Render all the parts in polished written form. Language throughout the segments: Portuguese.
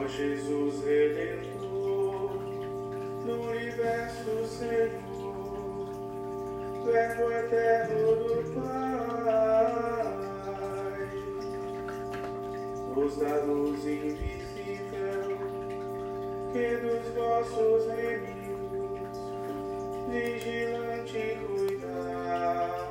Jesus Redentor do universo, Senhor, Verbo eterno do Pai, nos dá luz invisível que dos vossos remidos vigilante cuidar.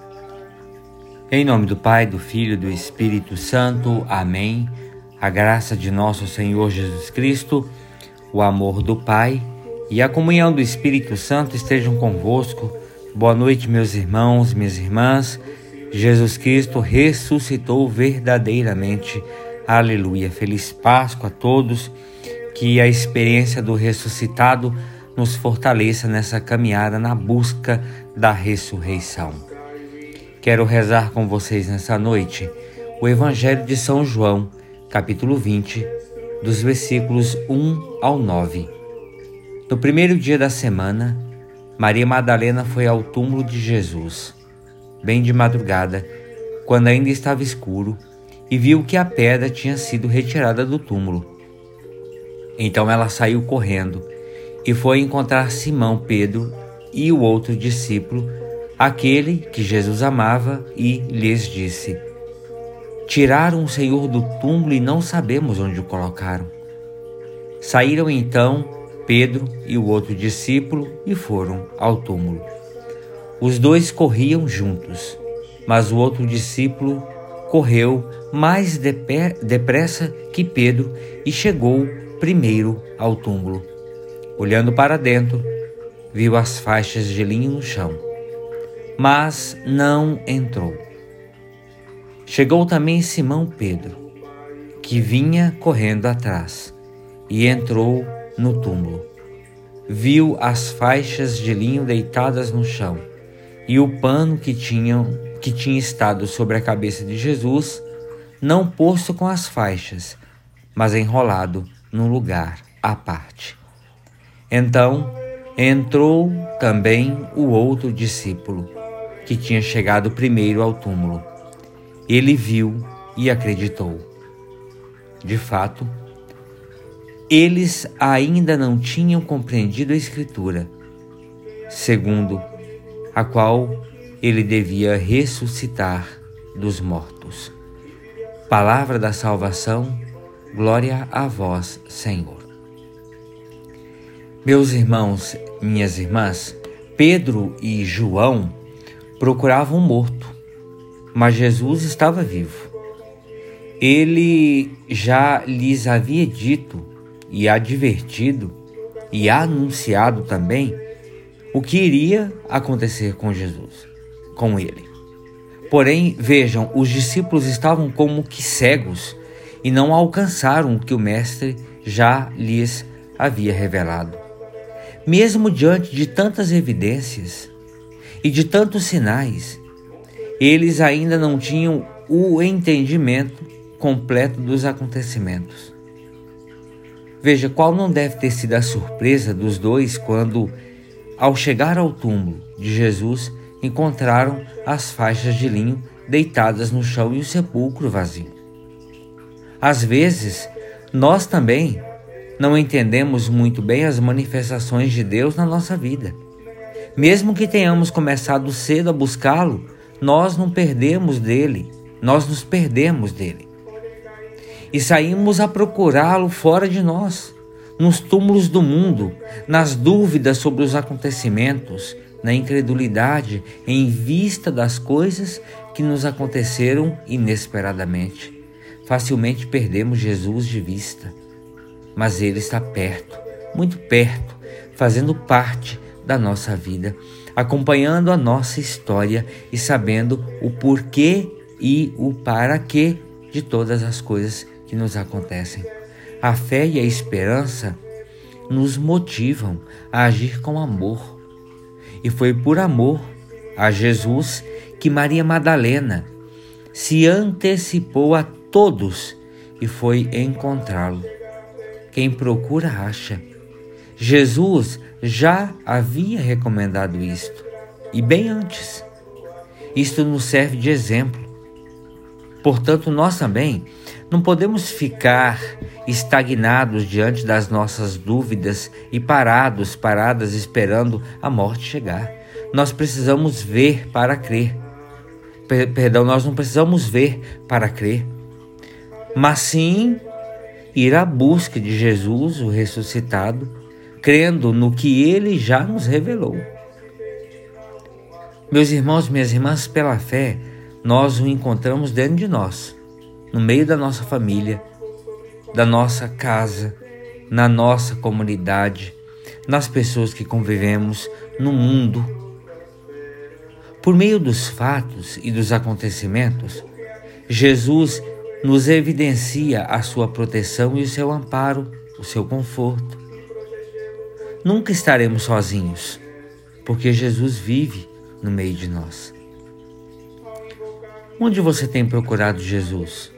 Em nome do Pai, do Filho e do Espírito Santo. Amém. A graça de nosso Senhor Jesus Cristo, o amor do Pai e a comunhão do Espírito Santo estejam convosco. Boa noite, meus irmãos, minhas irmãs. Jesus Cristo ressuscitou verdadeiramente. Aleluia. Feliz Páscoa a todos. Que a experiência do ressuscitado nos fortaleça nessa caminhada na busca da ressurreição. Quero rezar com vocês nessa noite o Evangelho de São João, capítulo 20, dos versículos 1 ao 9. No primeiro dia da semana, Maria Madalena foi ao túmulo de Jesus, bem de madrugada, quando ainda estava escuro, e viu que a pedra tinha sido retirada do túmulo. Então ela saiu correndo e foi encontrar Simão Pedro e o outro discípulo, aquele que Jesus amava, e lhes disse: Tiraram o Senhor do túmulo e não sabemos onde o colocaram. Saíram então Pedro e o outro discípulo e foram ao túmulo. Os dois corriam juntos, mas o outro discípulo correu mais depressa que Pedro e chegou primeiro ao túmulo. Olhando para dentro, viu as faixas de linho no chão, mas não entrou. Chegou também Simão Pedro, que vinha correndo atrás, e entrou no túmulo. Viu as faixas de linho deitadas no chão, e o pano que tinha estado sobre a cabeça de Jesus, não posto com as faixas, mas enrolado num lugar à parte. Então entrou também o outro discípulo, que tinha chegado primeiro ao túmulo. Ele viu e acreditou. De fato, eles ainda não tinham compreendido a Escritura, segundo a qual ele devia ressuscitar dos mortos. Palavra da salvação, glória a vós, Senhor. Meus irmãos, minhas irmãs, Pedro e João procuravam um morto, mas Jesus estava vivo. Ele já lhes havia dito e advertido e anunciado também o que iria acontecer com Jesus, com ele. Porém, vejam, os discípulos estavam como que cegos e não alcançaram o que o Mestre já lhes havia revelado. Mesmo diante de tantas evidências e de tantos sinais, eles ainda não tinham o entendimento completo dos acontecimentos. Veja, qual não deve ter sido a surpresa dos dois quando, ao chegar ao túmulo de Jesus, encontraram as faixas de linho deitadas no chão e o sepulcro vazio. Às vezes, nós também não entendemos muito bem as manifestações de Deus na nossa vida. Mesmo que tenhamos começado cedo a buscá-lo, nós nos perdemos dele. E saímos a procurá-lo fora de nós, nos túmulos do mundo, nas dúvidas sobre os acontecimentos, na incredulidade em vista das coisas que nos aconteceram inesperadamente. Facilmente perdemos Jesus de vista, mas ele está perto, muito perto, fazendo parte da nossa vida, acompanhando a nossa história e sabendo o porquê e o para quê de todas as coisas que nos acontecem. A fé e a esperança nos motivam a agir com amor. E foi por amor a Jesus que Maria Madalena se antecipou a todos e foi encontrá-lo. Quem procura acha. Jesus já havia recomendado isto, e bem antes. Isto nos serve de exemplo. Portanto, nós também Não podemos ficar estagnados diante das nossas dúvidas e paradas esperando a morte chegar. Nós precisamos ver para crer. Nós não precisamos ver para crer, mas sim ir à busca de Jesus, o ressuscitado, crendo no que Ele já nos revelou. Meus irmãos, minhas irmãs, pela fé, nós o encontramos dentro de nós, no meio da nossa família, da nossa casa, na nossa comunidade, nas pessoas que convivemos, no mundo. Por meio dos fatos e dos acontecimentos, Jesus nos evidencia a sua proteção e o seu amparo, o seu conforto. Nunca estaremos sozinhos, porque Jesus vive no meio de nós. Onde você tem procurado Jesus?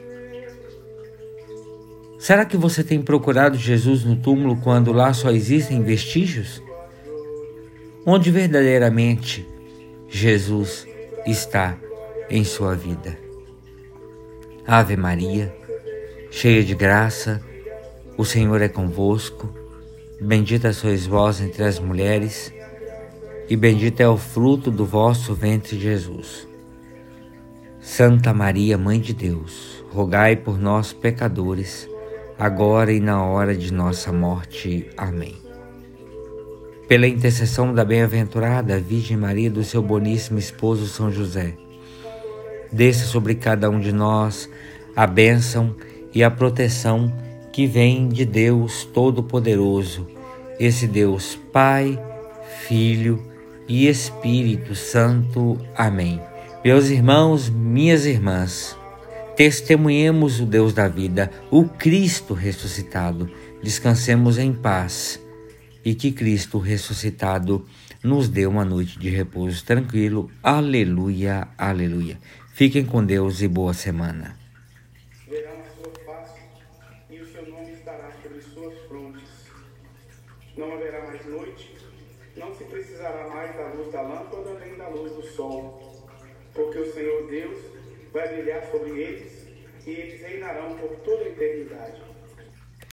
Será que você tem procurado Jesus no túmulo quando lá só existem vestígios? Onde verdadeiramente Jesus está em sua vida? Ave Maria, cheia de graça, o Senhor é convosco. Bendita sois vós entre as mulheres, e bendito é o fruto do vosso ventre, Jesus. Santa Maria, Mãe de Deus, rogai por nós, pecadores, agora e na hora de nossa morte. Amém. Pela intercessão da bem-aventurada Virgem Maria, do seu boníssimo esposo São José, desça sobre cada um de nós a bênção e a proteção que vem de Deus Todo-Poderoso, esse Deus Pai, Filho e Espírito Santo. Amém. Meus irmãos, minhas irmãs, testemunhemos o Deus da vida, o Cristo ressuscitado. Descansemos em paz e que Cristo ressuscitado nos dê uma noite de repouso tranquilo. Aleluia, aleluia. Fiquem com Deus e boa semana. Verão a sua face e o seu nome estará sobre suas frontes. Não haverá mais noite, não se precisará mais da luz da lâmpada nem da luz do sol, porque o Senhor Deus vai brilhar sobre eles e eles reinarão por toda a eternidade.